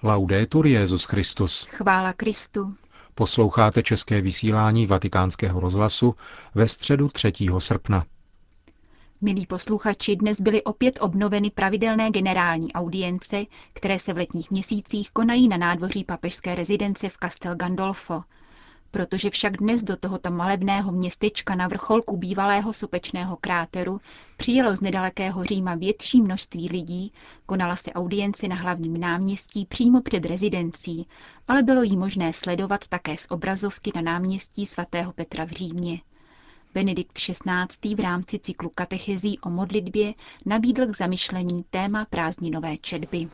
Laudetur Jesus Christus. Chvála Kristu. Posloucháte české vysílání Vatikánského rozhlasu ve středu 3. srpna. Milí posluchači, dnes byly opět obnoveny pravidelné generální audience, které se v letních měsících konají na nádvoří papežské rezidence v Castel Gandolfo. Protože však dnes do tohoto malebného městečka na vrcholku bývalého sopečného kráteru přijelo z nedalekého Říma větší množství lidí, konala se audience na hlavním náměstí přímo před rezidencí, ale bylo jí možné sledovat také z obrazovky na náměstí svatého Petra v Římě. Benedikt XVI. V rámci cyklu katechezí o modlitbě nabídl k zamyšlení téma prázdninové četby.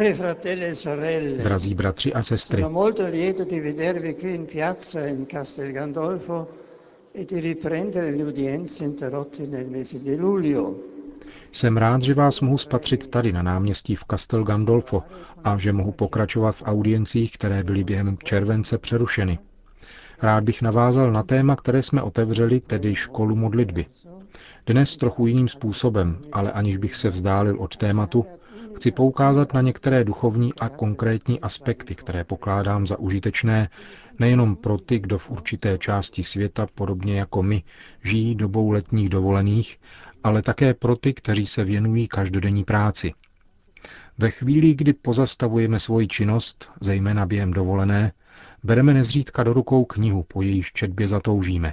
Drazí bratři a sestry, jsem rád, že vás mohu spatřit tady na náměstí v Castel Gandolfo a že mohu pokračovat v audiencích, které byly během července přerušeny. Rád bych navázal na téma, které jsme otevřeli, tedy školu modlitby. Dnes trochu jiným způsobem, ale aniž bych se vzdálil od tématu, chci poukázat na některé duchovní a konkrétní aspekty, které pokládám za užitečné nejenom pro ty, kdo v určité části světa, podobně jako my, žijí dobou letních dovolených, ale také pro ty, kteří se věnují každodenní práci. Ve chvíli, kdy pozastavujeme svoji činnost, zejména během dovolené, bereme nezřídka do rukou knihu, po jejíž četbě zatoužíme.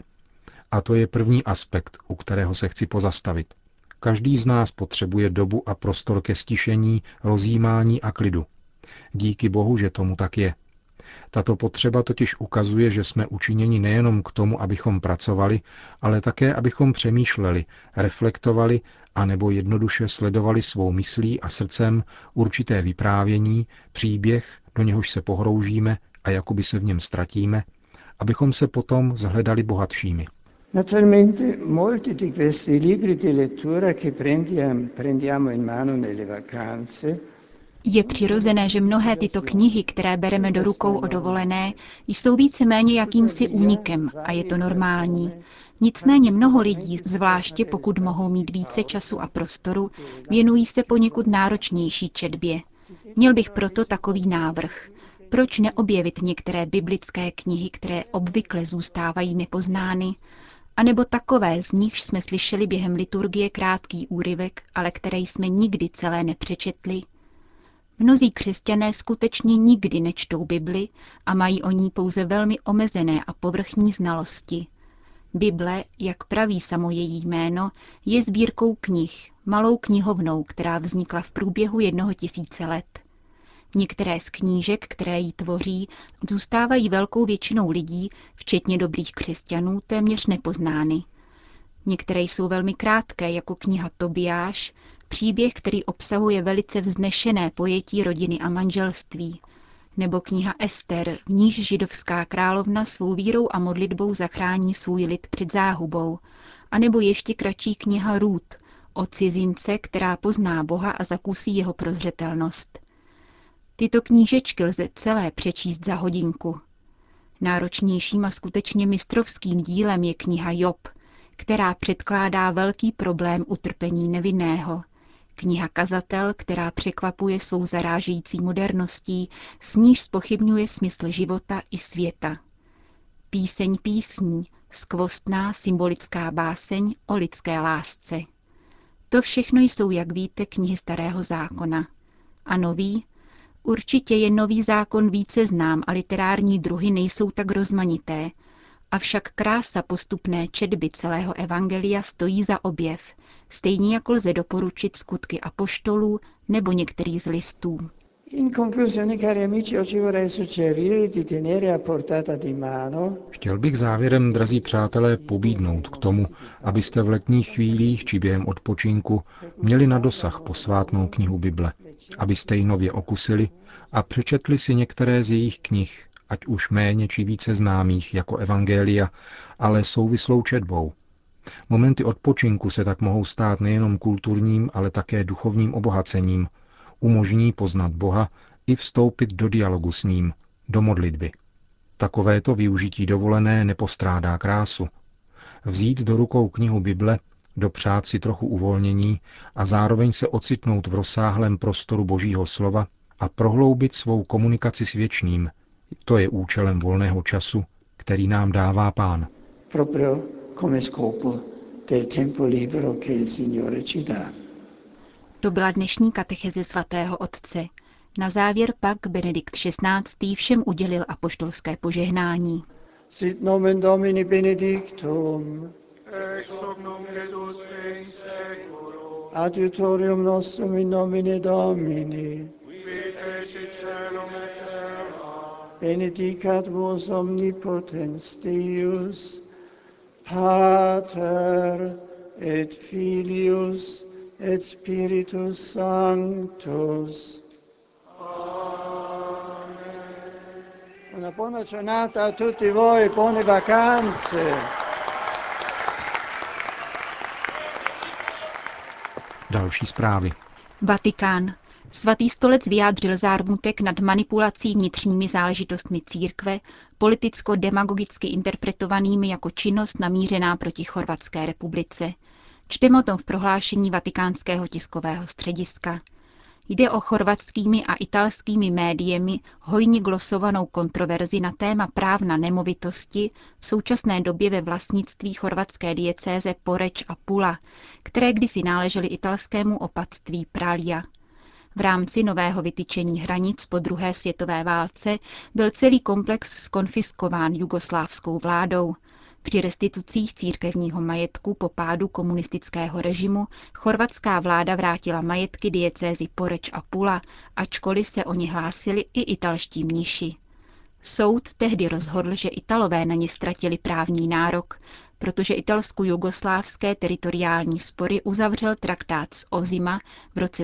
A to je první aspekt, u kterého se chci pozastavit. Každý z nás potřebuje dobu a prostor ke stišení, rozjímání a klidu. Díky Bohu, že tomu tak je. Tato potřeba totiž ukazuje, že jsme učiněni nejenom k tomu, abychom pracovali, ale také, abychom přemýšleli, reflektovali a nebo jednoduše sledovali svou myslí a srdcem určité vyprávění, příběh, do něhož se pohroužíme a jakoby se v něm ztratíme, abychom se potom zhledali bohatšími. Naturalmente molti di questi libri di lettura che prendiamo in mano nelle vacanze. Je přirozené, že mnohé tyto knihy, které bereme do rukou o dovolené, jsou víceméně jakýmsi únikem a je to normální. Nicméně mnoho lidí, zvláště pokud mohou mít více času a prostoru, věnují se poněkud náročnější četbě. Měl bych proto takový návrh. Proč neobjevit některé biblické knihy, které obvykle zůstávají nepoznány, anebo takové, z nichž jsme slyšeli během liturgie krátký úryvek, ale které jsme nikdy celé nepřečetli? Mnozí křesťané skutečně nikdy nečtou Bibli a mají o ní pouze velmi omezené a povrchní znalosti. Bible, jak praví samo její jméno, je sbírkou knih, malou knihovnou, která vznikla v průběhu 1000 let. Některé z knížek, které ji tvoří, zůstávají velkou většinou lidí, včetně dobrých křesťanů, téměř nepoznány. Některé jsou velmi krátké, jako kniha Tobiáš, příběh, který obsahuje velice vznešené pojetí rodiny a manželství, nebo kniha Ester, v níž židovská královna svou vírou a modlitbou zachrání svůj lid před záhubou, anebo ještě kratší kniha Rút, o cizince, která pozná Boha a zakusí jeho prozřetelnost. Tyto knížečky lze celé přečíst za hodinku. Náročnějším a skutečně mistrovským dílem je kniha Job, která předkládá velký problém utrpení nevinného. Kniha Kazatel, která překvapuje svou zarážející moderností, s níž zpochybňuje smysl života i světa. Píseň písní, skvostná symbolická báseň o lidské lásce. To všechno jsou, jak víte, knihy Starého zákona. A nový? Určitě je Nový zákon více znám a literární druhy nejsou tak rozmanité. Avšak krása postupné četby celého evangelia stojí za objev, stejně jako lze doporučit Skutky apoštolů nebo některý z listů. Chtěl bych závěrem, drazí přátelé, pobídnout k tomu, abyste v letních chvílích či během odpočinku měli na dosah posvátnou knihu Bible, abyste ji nově okusili a přečetli si některé z jejich knih, ať už méně či více známých jako evangelia, ale souvislou četbou. Momenty odpočinku se tak mohou stát nejenom kulturním, ale také duchovním obohacením, umožní poznat Boha i vstoupit do dialogu s ním, do modlitby. Takovéto využití dovolené nepostrádá krásu. Vzít do rukou knihu Bible, dopřát si trochu uvolnění a zároveň se ocitnout v rozsáhlém prostoru Božího slova a prohloubit svou komunikaci s věčným. To je účelem volného času, který nám dává Pán. Proprio come scopo del tempo libero che il Signore ci dà. To byla dnešní katecheze svatého otce. Na závěr pak Benedikt XVI. Všem udělil apoštolské požehnání. Sit nomen Domini benedictum. Ex hoc nunc et usque in seculum. Adiutorium nostrum in nomine Domini. Qui fecit caelum et terra. Benedicat vos omnipotens Deus, Pater et Filius et Spiritus Sanctus. Una buona giornata a tutti voi, buone vacanze. Další zprávy. Vatikán. Svatý stolec vyjádřil zármutek nad manipulací vnitřními záležitostmi církve, politicko-demagogicky interpretovanými jako činnost namířená proti Chorvatské republice. Čteme o tom v prohlášení Vatikánského tiskového střediska. Jde o chorvatskými a italskými médiemi hojně glosovanou kontroverzi na téma práv na nemovitosti v současné době ve vlastnictví chorvatské diecéze Poreč a Pula, které kdysi náležely italskému opatství Pralia. V rámci nového vytyčení hranic po druhé světové válce byl celý komplex zkonfiskován jugoslávskou vládou. Při restitucích církevního majetku po pádu komunistického režimu chorvatská vláda vrátila majetky diecézy Poreč a Pula, ačkoliv se o ně hlásili i italští mniši. Soud tehdy rozhodl, že Italové na ně ztratili právní nárok, protože italsko-jugoslávské teritoriální spory uzavřel traktát z Ozima v roce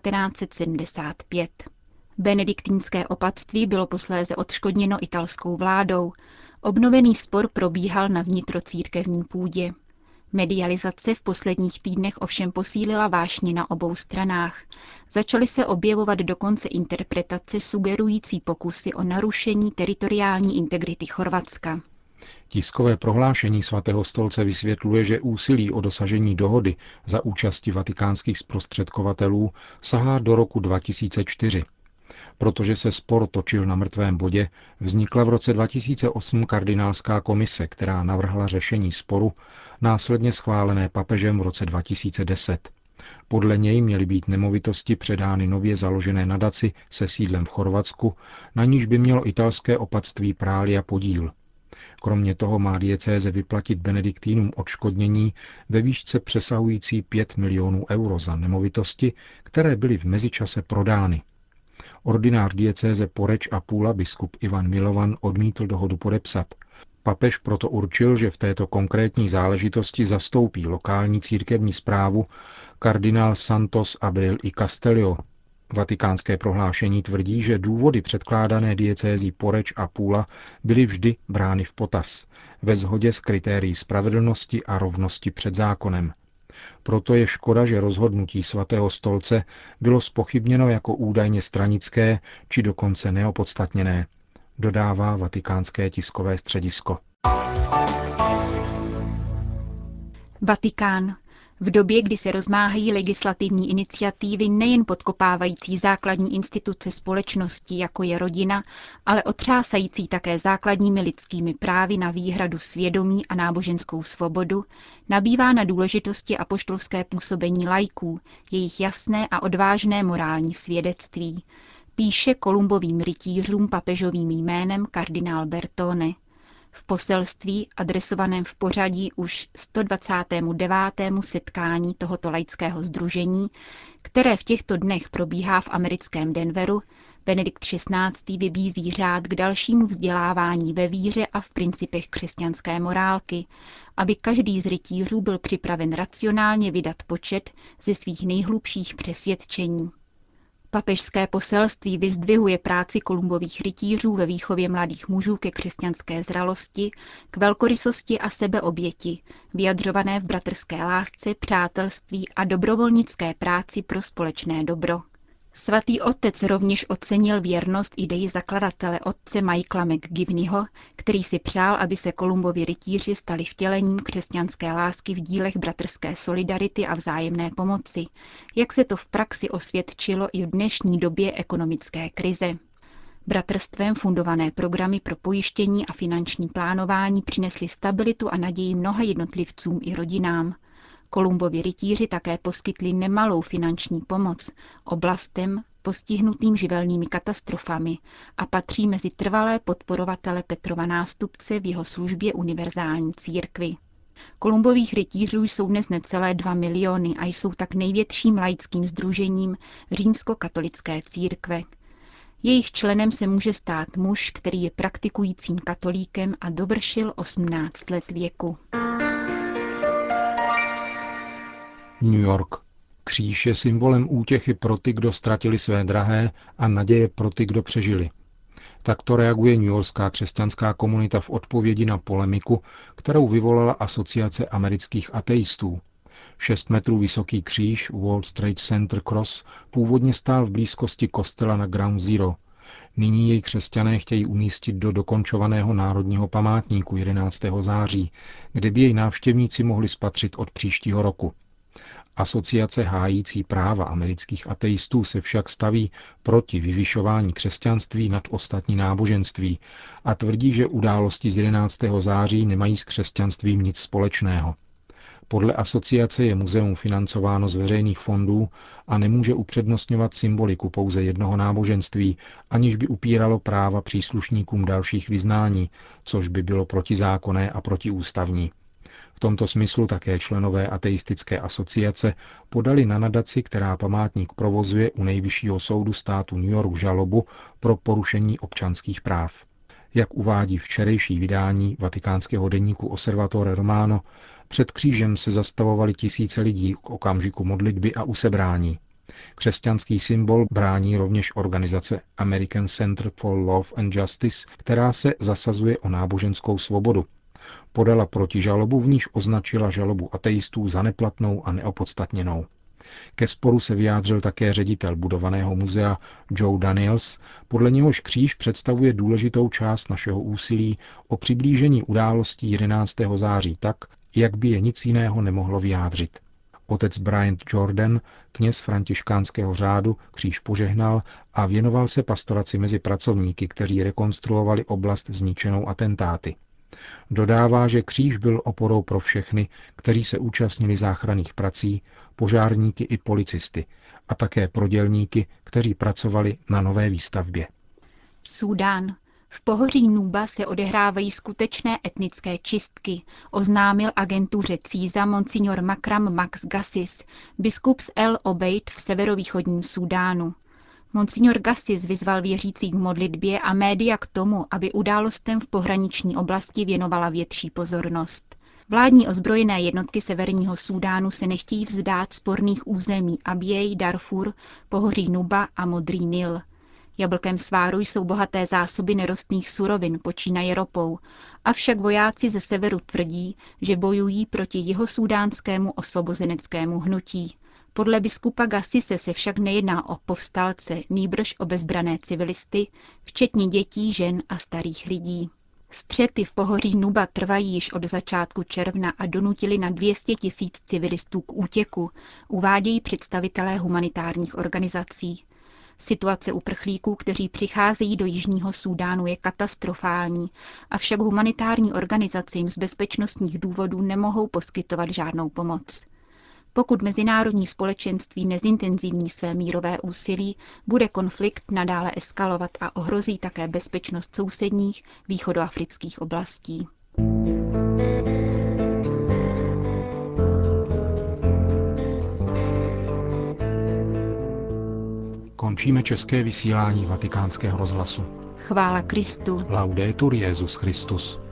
1975. Benediktínské opatství bylo posléze odškodněno italskou vládou. Obnovený spor probíhal na vnitrocírkevní půdě. Medializace v posledních týdnech ovšem posílila vášně na obou stranách. Začaly se objevovat dokonce interpretace sugerující pokusy o narušení teritoriální integrity Chorvatska. Tiskové prohlášení svatého stolce vysvětluje, že úsilí o dosažení dohody za účasti vatikánských zprostředkovatelů sahá do roku 2004. Protože se spor točil na mrtvém bodě, vznikla v roce 2008 kardinálská komise, která navrhla řešení sporu, následně schválené papežem v roce 2010. Podle něj měly být nemovitosti předány nově založené nadaci se sídlem v Chorvatsku, na níž by mělo italské opatství Pralia podíl. Kromě toho má diecéze vyplatit benediktínům odškodnění ve výšce přesahující 5 milionů euro za nemovitosti, které byly v mezičase prodány. Ordinář diecéze Poreč a Pula biskup Ivan Milovan odmítl dohodu podepsat. Papež proto určil, že v této konkrétní záležitosti zastoupí lokální církevní správu kardinál Santos Abril i Castello. Vatikánské prohlášení tvrdí, že důvody předkládané diecézí Poreč a Pula byly vždy brány v potaz, ve shodě s kritérií spravedlnosti a rovnosti před zákonem. Proto je škoda, že rozhodnutí svatého stolce bylo zpochybněno jako údajně stranické či dokonce neopodstatněné, dodává Vatikánské tiskové středisko. Vatikán. V době, kdy se rozmáhají legislativní iniciativy nejen podkopávající základní instituce společnosti, jako je rodina, ale otřásající také základními lidskými právy na výhradu svědomí a náboženskou svobodu, nabývá na důležitosti apoštolské působení laiků, jejich jasné a odvážné morální svědectví, píše Kolumbovým rytířům papežovým jménem kardinál Bertone. V poselství, adresovaném v pořadí už 129. setkání tohoto laického sdružení, které v těchto dnech probíhá v americkém Denveru, Benedikt XVI. Vybízí řád k dalšímu vzdělávání ve víře a v principech křesťanské morálky, aby každý z rytířů byl připraven racionálně vydat počet ze svých nejhlubších přesvědčení. Papežské poselství vyzdvihuje práci Kolumbových rytířů ve výchově mladých mužů ke křesťanské zralosti, k velkorysosti a sebeoběti, vyjadřované v bratrské lásce, přátelství a dobrovolnické práci pro společné dobro. Svatý otec rovněž ocenil věrnost ideji zakladatele otce Michaela McGivneyho, který si přál, aby se Kolumbovi rytíři stali vtělením křesťanské lásky v dílech bratrské solidarity a vzájemné pomoci, jak se to v praxi osvědčilo i v dnešní době ekonomické krize. Bratrstvem fundované programy pro pojištění a finanční plánování přinesly stabilitu a naději mnoha jednotlivcům i rodinám. Kolumbovi rytíři také poskytli nemalou finanční pomoc oblastem postihnutým živelnými katastrofami a patří mezi trvalé podporovatele Petrova nástupce v jeho službě univerzální církvi. Kolumbových rytířů jsou dnes necelé 2 miliony a jsou tak největším laickým sdružením římskokatolické církve. Jejich členem se může stát muž, který je praktikujícím katolíkem a dovršil 18 let věku. New York. Kříž je symbolem útěchy pro ty, kdo ztratili své drahé, a naděje pro ty, kdo přežili. Takto reaguje newyorská křesťanská komunita v odpovědi na polemiku, kterou vyvolala Asociace amerických ateistů. 6 metrů vysoký kříž World Trade Center Cross původně stál v blízkosti kostela na Ground Zero. Nyní jej křesťané chtějí umístit do dokončovaného národního památníku 11. září, kde by jej návštěvníci mohli spatřit od příštího roku. Asociace hájící práva amerických ateistů se však staví proti vyvyšování křesťanství nad ostatní náboženství a tvrdí, že události z 11. září nemají s křesťanstvím nic společného. Podle asociace je muzeum financováno z veřejných fondů a nemůže upřednostňovat symboliku pouze jednoho náboženství, aniž by upíralo práva příslušníkům dalších vyznání, což by bylo protizákonné a protiústavní. V tomto smyslu také členové ateistické asociace podali na nadaci, která památník provozuje, u Nejvyššího soudu státu New York žalobu pro porušení občanských práv. Jak uvádí včerejší vydání vatikánského deníku Osservatore Romano, před křížem se zastavovali tisíce lidí k okamžiku modlitby a usebrání. Křesťanský symbol brání rovněž organizace American Center for Love and Justice, která se zasazuje o náboženskou svobodu. Podala protižalobu, v níž označila žalobu ateistů za neplatnou a neopodstatněnou. Ke sporu se vyjádřil také ředitel budovaného muzea Joe Daniels, podle něhož kříž představuje důležitou část našeho úsilí o přiblížení událostí 11. září tak, jak by je nic jiného nemohlo vyjádřit. Otec Bryant Jordan, kněz františkánského řádu, kříž požehnal a věnoval se pastoraci mezi pracovníky, kteří rekonstruovali oblast zničenou atentáty. Dodává, že kříž byl oporou pro všechny, kteří se účastnili záchranných prací, požárníky i policisty, a také pro dělníky, kteří pracovali na nové výstavbě. Súdán. V pohoří Nuba se odehrávají skutečné etnické čistky, oznámil agentuře CISA monsignor Makram Max Gassis, biskup z El Obeid v severovýchodním Súdánu. Monsignor Gassis vyzval věřící k modlitbě a média k tomu, aby událostem v pohraniční oblasti věnovala větší pozornost. Vládní ozbrojené jednotky severního Súdánu se nechtějí vzdát sporných území Abjej, Darfur, pohoří Nuba a Modrý Nil. Jablkem sváru jsou bohaté zásoby nerostných surovin, počínaje ropou, avšak vojáci ze severu tvrdí, že bojují proti jihosúdánskému osvobozeneckému hnutí. Podle biskupa Gassise se však nejedná o povstalce, nýbrž o bezbrané civilisty, včetně dětí, žen a starých lidí. Střety v pohoří Nuba trvají již od začátku června a donutili na 200 000 civilistů k útěku, uvádějí představitelé humanitárních organizací. Situace uprchlíků, kteří přicházejí do Jižního Súdánu, je katastrofální, avšak humanitární organizace jim z bezpečnostních důvodů nemohou poskytovat žádnou pomoc. Pokud mezinárodní společenství nezintenzivní své mírové úsilí, bude konflikt nadále eskalovat a ohrozí také bezpečnost sousedních východoafrických oblastí. Končíme české vysílání Vatikánského rozhlasu. Chvála Kristu. Laudetur Jesus Christus.